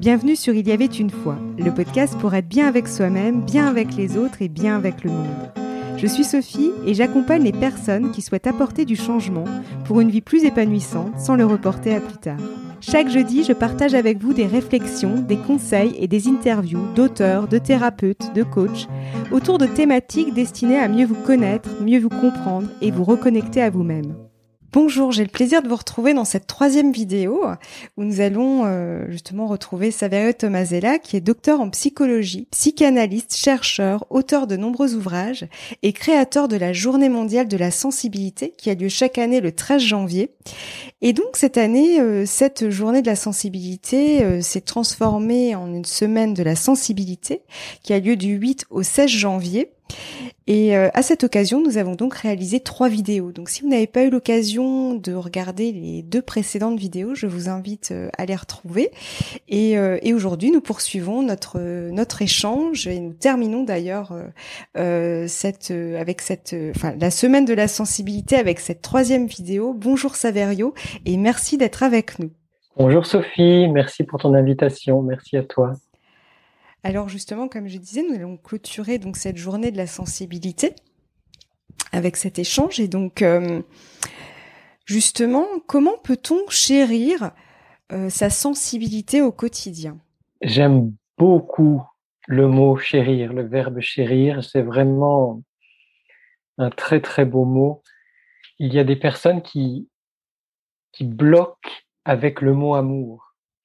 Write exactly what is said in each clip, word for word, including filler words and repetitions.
Bienvenue sur Il y avait une fois, le podcast pour être bien avec soi-même, bien avec les autres et bien avec le monde. Je suis Sophie et j'accompagne les personnes qui souhaitent apporter du changement pour une vie plus épanouissante sans le reporter à plus tard. Chaque jeudi, je partage avec vous des réflexions, des conseils et des interviews d'auteurs, de thérapeutes, de coachs autour de thématiques destinées à mieux vous connaître, mieux vous comprendre et vous reconnecter à vous-même. Bonjour, j'ai le plaisir de vous retrouver dans cette troisième vidéo où nous allons euh, justement retrouver Saverio Tomasella qui est docteur en psychologie, psychanalyste, chercheur, auteur de nombreux ouvrages et créateur de la Journée mondiale de la sensibilité qui a lieu chaque année le treize janvier. Et donc cette année, euh, cette journée de la sensibilité euh, s'est transformée en une semaine de la sensibilité qui a lieu du huit au seize janvier. Et euh, à cette occasion, nous avons donc réalisé trois vidéos. Donc si vous n'avez pas eu l'occasion de regarder les deux précédentes vidéos, je vous invite euh, à les retrouver. Et, euh, et aujourd'hui, nous poursuivons notre euh, notre échange et nous terminons d'ailleurs euh, euh, cette euh, avec cette euh, enfin la semaine de la sensibilité avec cette troisième vidéo. Bonjour Saverio et merci d'être avec nous. Bonjour Sophie, merci pour ton invitation, merci à toi. Alors justement, comme je disais, nous allons clôturer donc cette journée de la sensibilité avec cet échange. Et donc, euh, justement, comment peut-on chérir euh, sa sensibilité au quotidien ? J'aime beaucoup le mot chérir, le verbe chérir, c'est vraiment un très très beau mot. Il y a des personnes qui, qui bloquent avec le mot amour.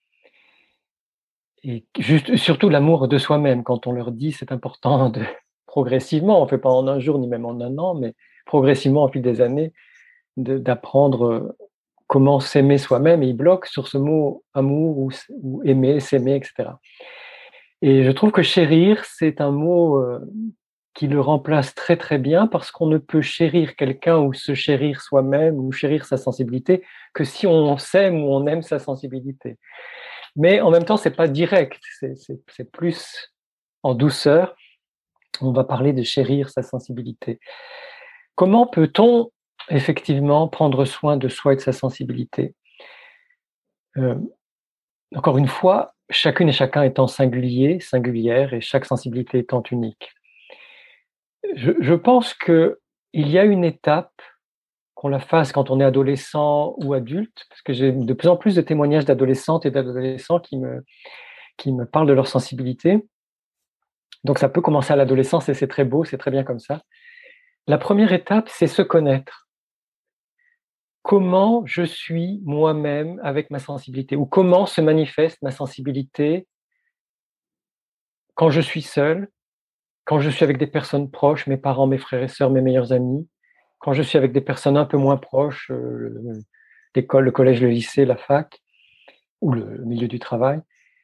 Et juste, surtout l'amour de soi-même, quand on leur dit c'est important de progressivement, on ne fait pas en un jour ni même en un an, mais progressivement au fil des années, de, d'apprendre comment s'aimer soi-même, et ils bloquent sur ce mot amour ou, ou aimer, s'aimer, et cetera. Et je trouve que chérir, c'est un mot euh, qui le remplace très très bien parce qu'on ne peut chérir quelqu'un ou se chérir soi-même ou chérir sa sensibilité que si on s'aime ou on aime sa sensibilité. Mais en même temps, c'est pas direct, c'est, c'est, c'est plus en douceur. On va parler de chérir sa sensibilité. Comment peut-on effectivement prendre soin de soi et de sa sensibilité ? euh, Encore une fois, chacune et chacun étant singulier, singulière, et chaque sensibilité étant unique. Je, je pense qu'il y a une étape, qu'on la fasse quand on est adolescent ou adulte, parce que j'ai de plus en plus de témoignages d'adolescentes et d'adolescents qui me, qui me parlent de leur sensibilité. Donc ça peut commencer à l'adolescence et c'est très beau, c'est très bien comme ça. La première étape, c'est se connaître. Comment je suis moi-même avec ma sensibilité, ou comment se manifeste ma sensibilité quand je suis seul, quand je suis avec des personnes proches, mes parents, mes frères et sœurs, mes meilleurs amis, quand je suis avec des personnes un peu moins proches, euh, l'école, le collège, le lycée, la fac, ou le milieu du travail,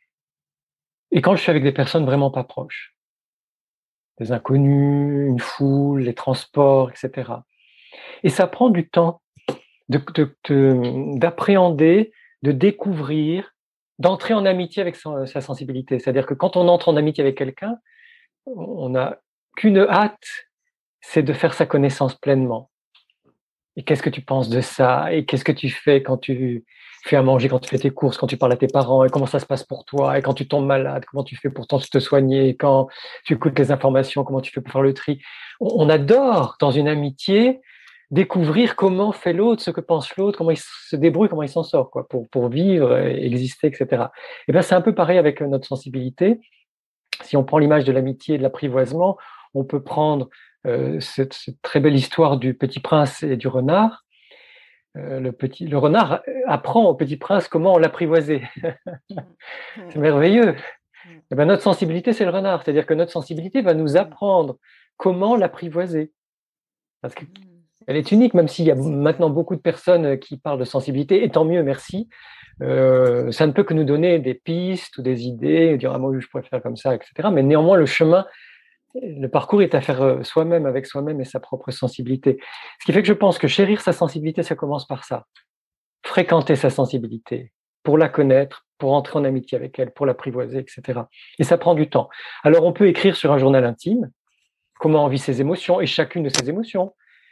et quand je suis avec des personnes vraiment pas proches, des inconnus, une foule, les transports, et cetera. Et ça prend du temps de, de, de, d'appréhender, de découvrir, d'entrer en amitié avec son, sa sensibilité. C'est-à-dire que quand on entre en amitié avec quelqu'un, on n'a qu'une hâte, c'est de faire sa connaissance pleinement. Et qu'est-ce que tu penses de ça ? Et qu'est-ce que tu fais quand tu fais à manger, quand tu fais tes courses, quand tu parles à tes parents ? Et comment ça se passe pour toi ? Et quand tu tombes malade, comment tu fais pour te soigner ? Et quand tu écoutes les informations, comment tu fais pour faire le tri ? On adore, dans une amitié, découvrir comment fait l'autre, ce que pense l'autre, comment il se débrouille, comment il s'en sort, quoi, pour, pour vivre, exister, et cetera. Et bien, c'est un peu pareil avec notre sensibilité. Si on prend l'image de l'amitié et de l'apprivoisement, on peut prendre euh, cette, cette très belle histoire du Petit Prince et du renard. Euh, le, petit, le renard apprend au Petit Prince comment l'apprivoiser. C'est merveilleux. Et bien, notre sensibilité, c'est le renard. C'est-à-dire que notre sensibilité va nous apprendre comment l'apprivoiser. Parce qu'elle est unique, même s'il y a maintenant beaucoup de personnes qui parlent de sensibilité, et tant mieux, merci. Euh, ça ne peut que nous donner des pistes ou des idées, dire ah, moi je pourrais faire comme ça, et cetera. Mais néanmoins, le chemin, le parcours est à faire soi-même, avec soi-même et sa propre sensibilité. Ce qui fait que je pense que chérir sa sensibilité, ça commence par ça. Fréquenter sa sensibilité, pour la connaître, pour entrer en amitié avec elle, pour l'apprivoiser, et cetera. Et ça prend du temps. Alors on peut écrire sur un journal intime comment on vit ses émotions et chacune de ses émotions.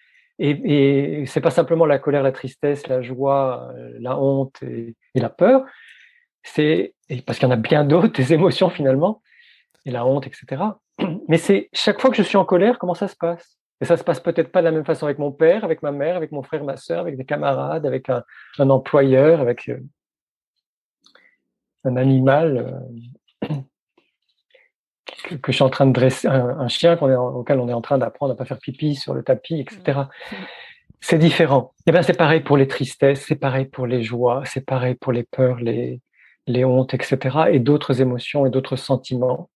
Et, et c'est pas simplement la colère, la tristesse, la joie, la honte et, et la peur. C'est et parce qu'il y en a bien d'autres, des émotions finalement, et la honte, et cetera. Mais c'est chaque fois que je suis en colère, comment ça se passe? Et ça se passe peut-être pas de la même façon avec mon père, avec ma mère, avec mon frère, ma sœur, avec des camarades, avec un, un employeur, avec euh, un animal euh, que, que je suis en train de dresser, un, un chien qu'on est en, auquel on est en train d'apprendre à pas faire pipi sur le tapis, et cetera. C'est différent. Et bien c'est pareil pour les tristesses, c'est pareil pour les joies, c'est pareil pour les peurs, les, les hontes, et cetera. Et d'autres émotions et d'autres sentiments.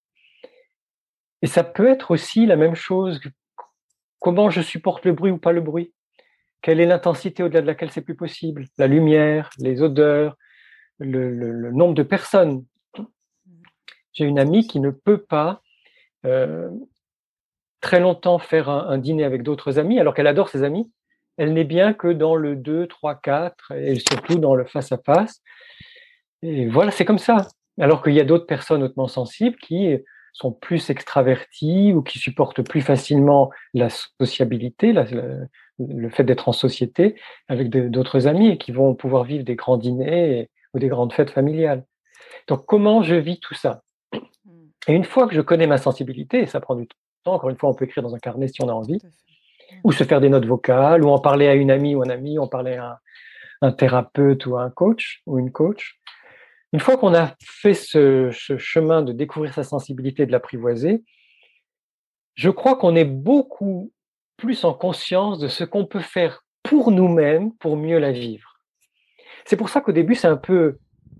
Et ça peut être aussi la même chose. Comment je supporte le bruit ou pas le bruit? Quelle est l'intensité au-delà de laquelle c'est plus possible? La lumière, les odeurs, le, le, le nombre de personnes. J'ai une amie qui ne peut pas euh, très longtemps faire un, un dîner avec d'autres amis, alors qu'elle adore ses amis. Elle n'est bien que dans le deux, trois, quatre, et surtout dans le face-à-face. Et voilà, c'est comme ça. Alors qu'il y a d'autres personnes hautement sensibles qui sont plus extraverties ou qui supportent plus facilement la sociabilité, la, la, le fait d'être en société avec de, d'autres amis et qui vont pouvoir vivre des grands dîners et, ou des grandes fêtes familiales. Donc, comment je vis tout ça? Et une fois que je connais ma sensibilité, et ça prend du temps, encore une fois, on peut écrire dans un carnet si on a envie, ou se faire des notes vocales, ou en parler à une amie ou un ami, ou en parler à un, un thérapeute ou à un coach ou une coach. Une fois qu'on a fait ce, ce chemin de découvrir sa sensibilité et de l'apprivoiser, je crois qu'on est beaucoup plus en conscience de ce qu'on peut faire pour nous-mêmes pour mieux la vivre. C'est pour ça qu'au début, c'est un peu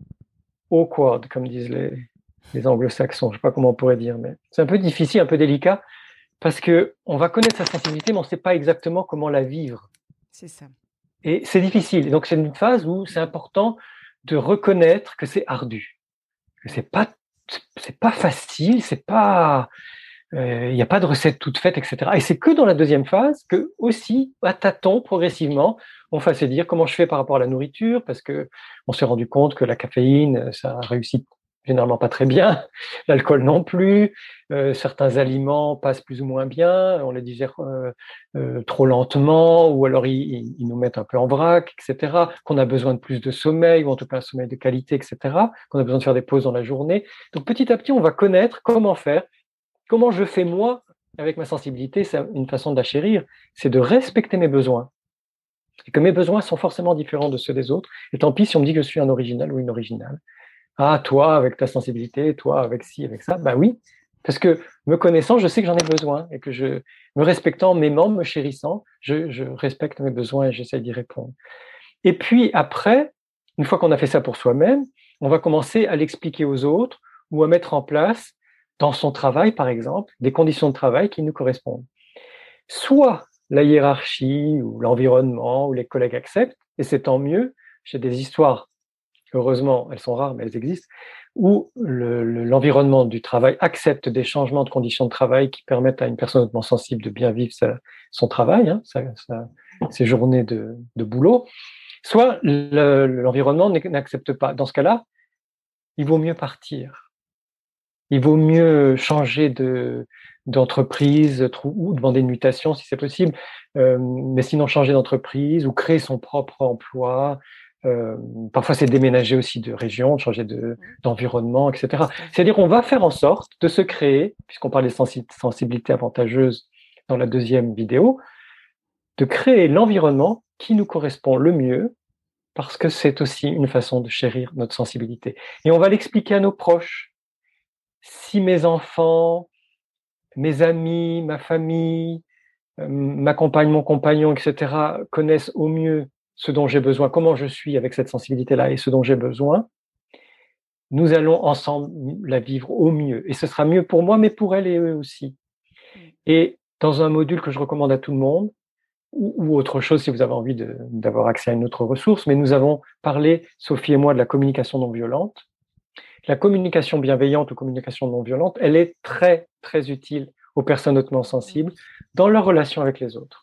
awkward, comme disent les, les anglo-saxons. Je ne sais pas comment on pourrait dire, mais c'est un peu difficile, un peu délicat, parce qu'on va connaître sa sensibilité, mais on ne sait pas exactement comment la vivre. C'est ça. Et c'est difficile. Et donc, c'est une phase où c'est important de reconnaître que c'est ardu, que c'est pas, c'est pas facile, c'est pas, il euh, n'y a pas de recette toute faite, et cetera. Et c'est que dans la deuxième phase que aussi, à tâtons, progressivement, on va se dire comment je fais par rapport à la nourriture, parce que on s'est rendu compte que la caféine, ça réussit généralement pas très bien, l'alcool non plus, euh, certains aliments passent plus ou moins bien, on les digère euh, euh, trop lentement, ou alors ils, ils nous mettent un peu en vrac, et cetera, qu'on a besoin de plus de sommeil, ou en tout cas un sommeil de qualité, et cetera, qu'on a besoin de faire des pauses dans la journée. Donc petit à petit, on va connaître comment faire, comment je fais moi avec ma sensibilité. C'est une façon de la chérir, c'est de respecter mes besoins, et que mes besoins sont forcément différents de ceux des autres, et tant pis si on me dit que je suis un original ou une originale. Ah, toi, avec ta sensibilité, toi, avec ci, avec ça. Ben oui, parce que me connaissant, je sais que j'en ai besoin et que je, me respectant, m'aimant, me chérissant, je, je respecte mes besoins et j'essaie d'y répondre. Et puis après, une fois qu'on a fait ça pour soi-même, on va commencer à l'expliquer aux autres ou à mettre en place, dans son travail, par exemple, des conditions de travail qui nous correspondent. Soit la hiérarchie ou l'environnement ou les collègues acceptent, et c'est tant mieux. J'ai des histoires, heureusement, elles sont rares, mais elles existent, où le, le, l'environnement du travail accepte des changements de conditions de travail qui permettent à une personne hautement sensible de bien vivre sa, son travail, hein, sa, sa, ses journées de, de boulot, soit le, l'environnement n'accepte pas. Dans ce cas-là, il vaut mieux partir. Il vaut mieux changer de, d'entreprise ou demander une mutation si c'est possible, euh, mais sinon changer d'entreprise ou créer son propre emploi. Euh, parfois, c'est déménager aussi de région, de changer de, d'environnement, et cetera. C'est-à-dire, on va faire en sorte de se créer, puisqu'on parle des sensibilités avantageuses dans la deuxième vidéo, de créer l'environnement qui nous correspond le mieux, parce que c'est aussi une façon de chérir notre sensibilité. Et on va l'expliquer à nos proches. Si mes enfants, mes amis, ma famille, euh, ma compagne, mon compagnon, et cetera, connaissent au mieux ce dont j'ai besoin, comment je suis avec cette sensibilité-là et ce dont j'ai besoin, nous allons ensemble la vivre au mieux. Et ce sera mieux pour moi, mais pour elle et eux aussi. Et dans un module que je recommande à tout le monde, ou, ou autre chose si vous avez envie de, d'avoir accès à une autre ressource, mais nous avons parlé, Sophie et moi, de la communication non violente. La communication bienveillante ou communication non violente, elle est très, très utile aux personnes hautement sensibles dans leur relation avec les autres.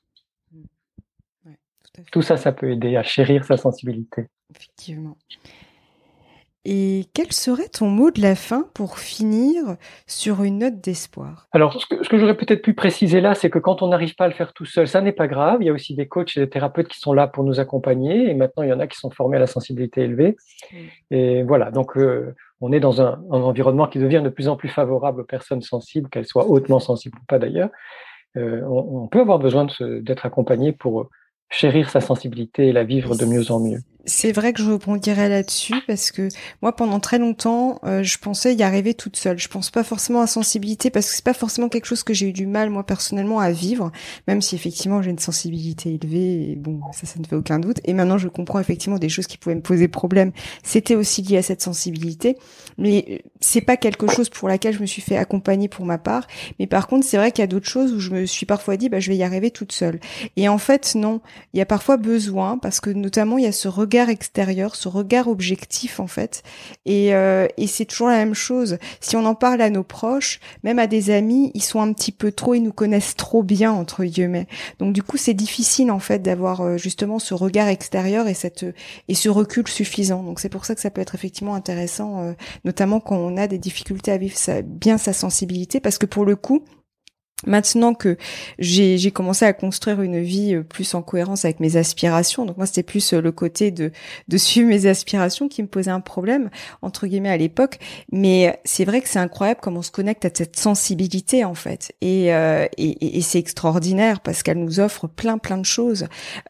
Ouais, tout, tout ça, ça peut aider à chérir sa sensibilité. Effectivement. Et quel serait ton mot de la fin pour finir sur une note d'espoir? Alors, ce que, ce que j'aurais peut-être pu préciser là, c'est que quand on n'arrive pas à le faire tout seul, ça n'est pas grave. Il y a aussi des coachs et des thérapeutes qui sont là pour nous accompagner. Et maintenant, il y en a qui sont formés à la sensibilité élevée. Mm. Et voilà, donc euh, on est dans un, un environnement qui devient de plus en plus favorable aux personnes sensibles, qu'elles soient hautement sensibles ou pas d'ailleurs. Euh, on, on peut avoir besoin de se, d'être accompagné pour chérir sa sensibilité et la vivre de mieux en mieux. C'est vrai que je rebondirais là-dessus parce que moi, pendant très longtemps, euh, je pensais y arriver toute seule. Je pense pas forcément à sensibilité parce que c'est pas forcément quelque chose que j'ai eu du mal, moi, personnellement, à vivre, même si effectivement j'ai une sensibilité élevée et bon, ça, ça ne fait aucun doute. Et maintenant, je comprends effectivement des choses qui pouvaient me poser problème. C'était aussi lié à cette sensibilité, mais c'est pas quelque chose pour laquelle je me suis fait accompagner pour ma part. Mais par contre, c'est vrai qu'il y a d'autres choses où je me suis parfois dit, bah, je vais y arriver toute seule. Et en fait, non. Il y a parfois besoin, parce que notamment il y a ce regard extérieur, ce regard objectif en fait, et, euh, et c'est toujours la même chose. Si on en parle à nos proches, même à des amis, ils sont un petit peu trop, ils nous connaissent trop bien entre guillemets. Donc du coup c'est difficile en fait d'avoir euh, justement ce regard extérieur et cette et ce recul suffisant. Donc c'est pour ça que ça peut être effectivement intéressant, euh, notamment quand on a des difficultés à vivre sa, bien sa sensibilité, parce que pour le coup, maintenant que j'ai, j'ai commencé à construire une vie plus en cohérence avec mes aspirations, donc moi c'était plus le côté de, de suivre mes aspirations qui me posait un problème, entre guillemets, à l'époque, mais c'est vrai que c'est incroyable comment on se connecte à cette sensibilité en fait, et, euh, et, et c'est extraordinaire parce qu'elle nous offre plein plein de choses.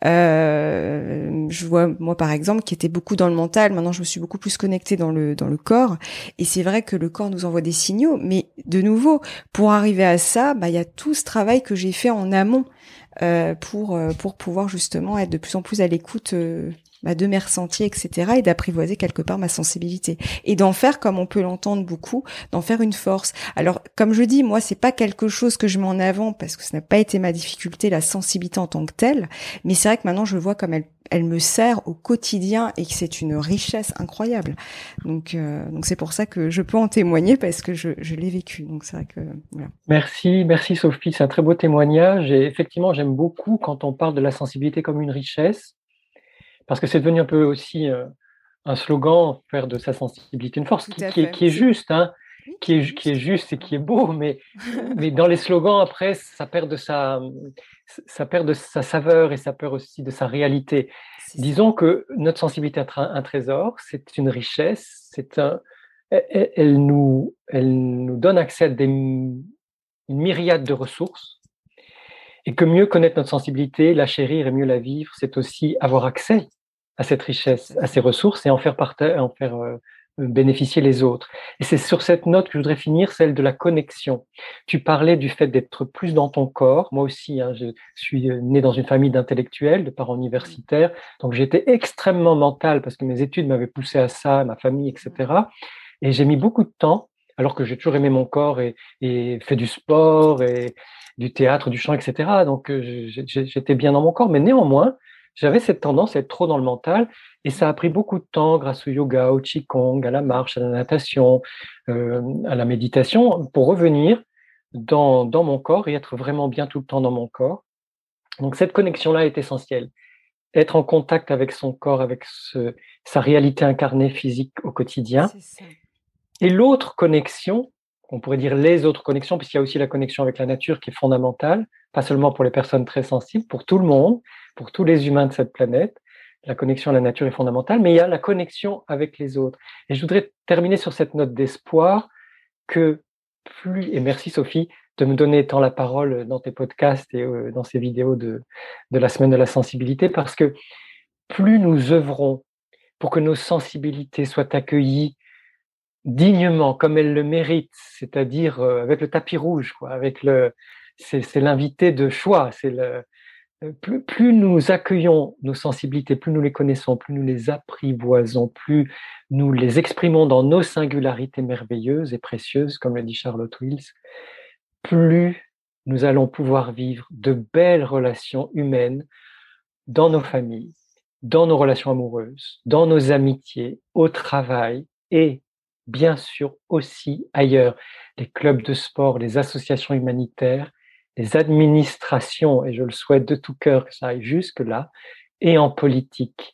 Euh, je vois moi par exemple qui était beaucoup dans le mental, maintenant je me suis beaucoup plus connectée dans le, dans le corps, et c'est vrai que le corps nous envoie des signaux, mais de nouveau, pour arriver à ça, bah, il y a tout ce travail que j'ai fait en amont euh, pour euh, pour pouvoir justement être de plus en plus à l'écoute euh, bah, de mes ressentis, et cetera, et d'apprivoiser quelque part ma sensibilité et d'en faire, comme on peut l'entendre beaucoup, d'en faire une force. Alors, comme je dis, moi, c'est pas quelque chose que je mets en avant parce que ce n'a pas été ma difficulté, la sensibilité en tant que telle, mais c'est vrai que maintenant, je vois comme elle elle me sert au quotidien et que c'est une richesse incroyable. Donc, euh, donc c'est pour ça que je peux en témoigner parce que je, je l'ai vécu. Donc c'est vrai que voilà. Merci, merci Sophie, c'est un très beau témoignage. Et effectivement, j'aime beaucoup quand on parle de la sensibilité comme une richesse, parce que c'est devenu un peu aussi euh, un slogan, faire de sa sensibilité une force, qui, qui, est, qui est juste, hein, oui, qui, est, juste. qui est juste et qui est beau, mais, mais dans les slogans, après, ça perd de sa, ça perd de sa saveur et ça perd aussi de sa réalité. C'est Disons ça. Que notre sensibilité est un trésor, c'est une richesse, c'est un, elle, elle, nous, elle nous donne accès à des, une myriade de ressources, et que mieux connaître notre sensibilité, la chérir et mieux la vivre, c'est aussi avoir accès à cette richesse, à ces ressources et en faire, parta- en faire euh, bénéficier les autres. Et c'est sur cette note que je voudrais finir, celle de la connexion. Tu parlais du fait d'être plus dans ton corps. Moi aussi, hein, je suis né dans une famille d'intellectuels, de parents universitaires, donc j'étais extrêmement mental parce que mes études m'avaient poussé à ça, ma famille, et cetera. Et j'ai mis beaucoup de temps, alors que j'ai toujours aimé mon corps et, et fait du sport et du théâtre, du chant, et cetera. Donc j'étais bien dans mon corps, mais néanmoins, j'avais cette tendance à être trop dans le mental, et ça a pris beaucoup de temps grâce au yoga, au qigong, à la marche, à la natation, euh, à la méditation, pour revenir dans, dans mon corps et être vraiment bien tout le temps dans mon corps. Donc cette connexion-là est essentielle. Être en contact avec son corps, avec ce, sa réalité incarnée physique au quotidien. Et l'autre connexion, on pourrait dire les autres connexions, puisqu'il y a aussi la connexion avec la nature qui est fondamentale, pas seulement pour les personnes très sensibles, pour tout le monde, pour tous les humains de cette planète. La connexion à la nature est fondamentale, mais il y a la connexion avec les autres. Et je voudrais terminer sur cette note d'espoir que plus, et merci Sophie de me donner tant la parole dans tes podcasts et dans ces vidéos de, de la semaine de la sensibilité, parce que plus nous œuvrons pour que nos sensibilités soient accueillies dignement, comme elles le méritent, c'est-à-dire euh, avec le tapis rouge, quoi, avec le, c'est, c'est l'invité de choix. C'est le, plus, plus nous accueillons nos sensibilités, plus nous les connaissons, plus nous les apprivoisons, plus nous les exprimons dans nos singularités merveilleuses et précieuses, comme le dit Charlotte Wills, plus nous allons pouvoir vivre de belles relations humaines dans nos familles, dans nos relations amoureuses, dans nos amitiés, au travail et bien sûr aussi ailleurs, les clubs de sport, les associations humanitaires, les administrations, et je le souhaite de tout cœur que ça aille jusque-là, et en politique.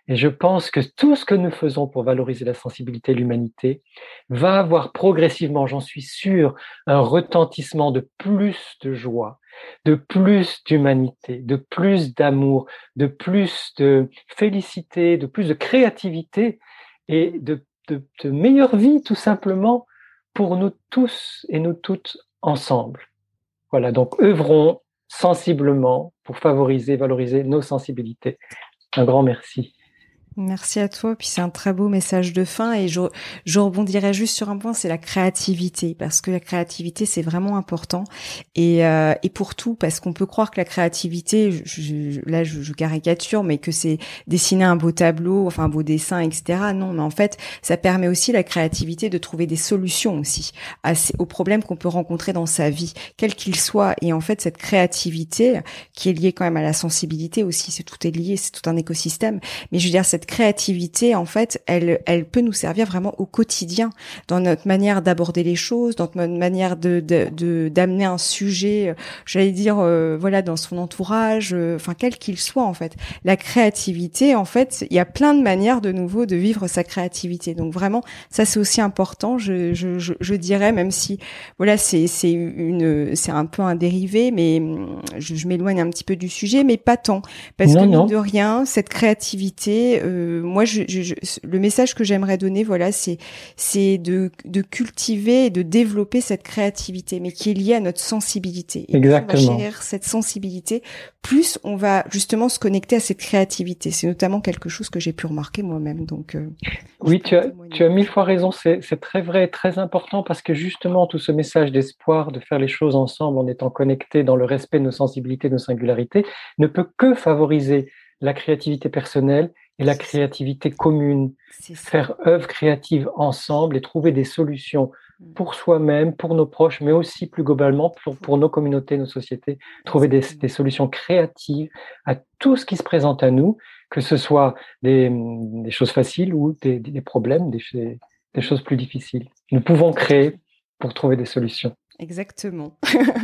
Et je pense que tout ce que nous faisons pour valoriser la sensibilité et l'humanité va avoir progressivement, j'en suis sûr, un retentissement de plus de joie, de plus d'humanité, de plus d'amour, de plus de félicité, de plus de créativité et de, de, de meilleure vie, tout simplement, pour nous tous et nous toutes ensemble. Voilà, donc œuvrons sensiblement pour favoriser, valoriser nos sensibilités. Un grand merci. Merci à toi. Puis c'est un très beau message de fin et je, je rebondirai juste sur un point, c'est la créativité, parce que la créativité c'est vraiment important et, euh, et pour tout, parce qu'on peut croire que la créativité, je, je, là je, je caricature, mais que c'est dessiner un beau tableau, enfin un beau dessin, et cetera. Non, mais en fait, ça permet aussi la créativité de trouver des solutions aussi à ces, aux problèmes qu'on peut rencontrer dans sa vie, quel qu'il soit. Et en fait, cette créativité qui est liée quand même à la sensibilité aussi, c'est tout est lié, c'est tout un écosystème. Mais je veux dire, cette créativité, en fait, elle, elle peut nous servir vraiment au quotidien, dans notre manière d'aborder les choses, dans notre manière de, de, de d'amener un sujet, j'allais dire, euh, voilà, dans son entourage, euh, enfin quel qu'il soit, en fait. La créativité, en fait, il y a plein de manières de nouveau de vivre sa créativité. Donc vraiment, ça c'est aussi important. Je, je, je, je dirais, même si, voilà, c'est, c'est une, c'est un peu un dérivé, mais je, je m'éloigne un petit peu du sujet, mais pas tant, parce non, que mine non. de rien, cette créativité. Euh, moi, je, je, je, le message que j'aimerais donner, voilà, c'est c'est de de cultiver et de développer cette créativité, mais qui est liée à notre sensibilité. Et Exactement. plus on va chérir cette sensibilité, plus on va justement se connecter à cette créativité. C'est notamment quelque chose que j'ai pu remarquer moi-même. Donc, euh, oui, tu as tu as mille fois raison. C'est c'est très vrai, très important, parce que justement tout ce message d'espoir, de faire les choses ensemble en étant connectés dans le respect de nos sensibilités, de nos singularités, ne peut que favoriser la créativité personnelle et la créativité commune, faire œuvre créative ensemble et trouver des solutions pour soi-même, pour nos proches, mais aussi plus globalement pour, pour nos communautés, nos sociétés, trouver des, des solutions créatives à tout ce qui se présente à nous, que ce soit des, des choses faciles ou des, des problèmes, des, des choses plus difficiles. Nous pouvons créer pour trouver des solutions. Exactement.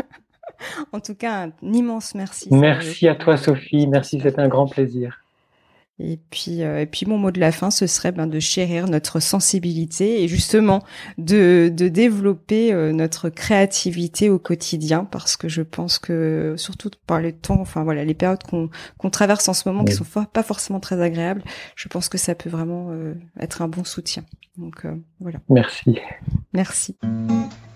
En tout cas, un immense merci. Merci à toi, Sophie. Merci, c'était un grand plaisir. Et puis, euh, et puis mon mot de la fin, ce serait ben, de chérir notre sensibilité et justement de, de développer euh, notre créativité au quotidien, parce que je pense que surtout par les temps, enfin voilà, les périodes qu'on qu'on traverse en ce moment, oui, qui sont for- pas forcément très agréables, je pense que ça peut vraiment euh, être un bon soutien. Donc euh, voilà. Merci. Merci.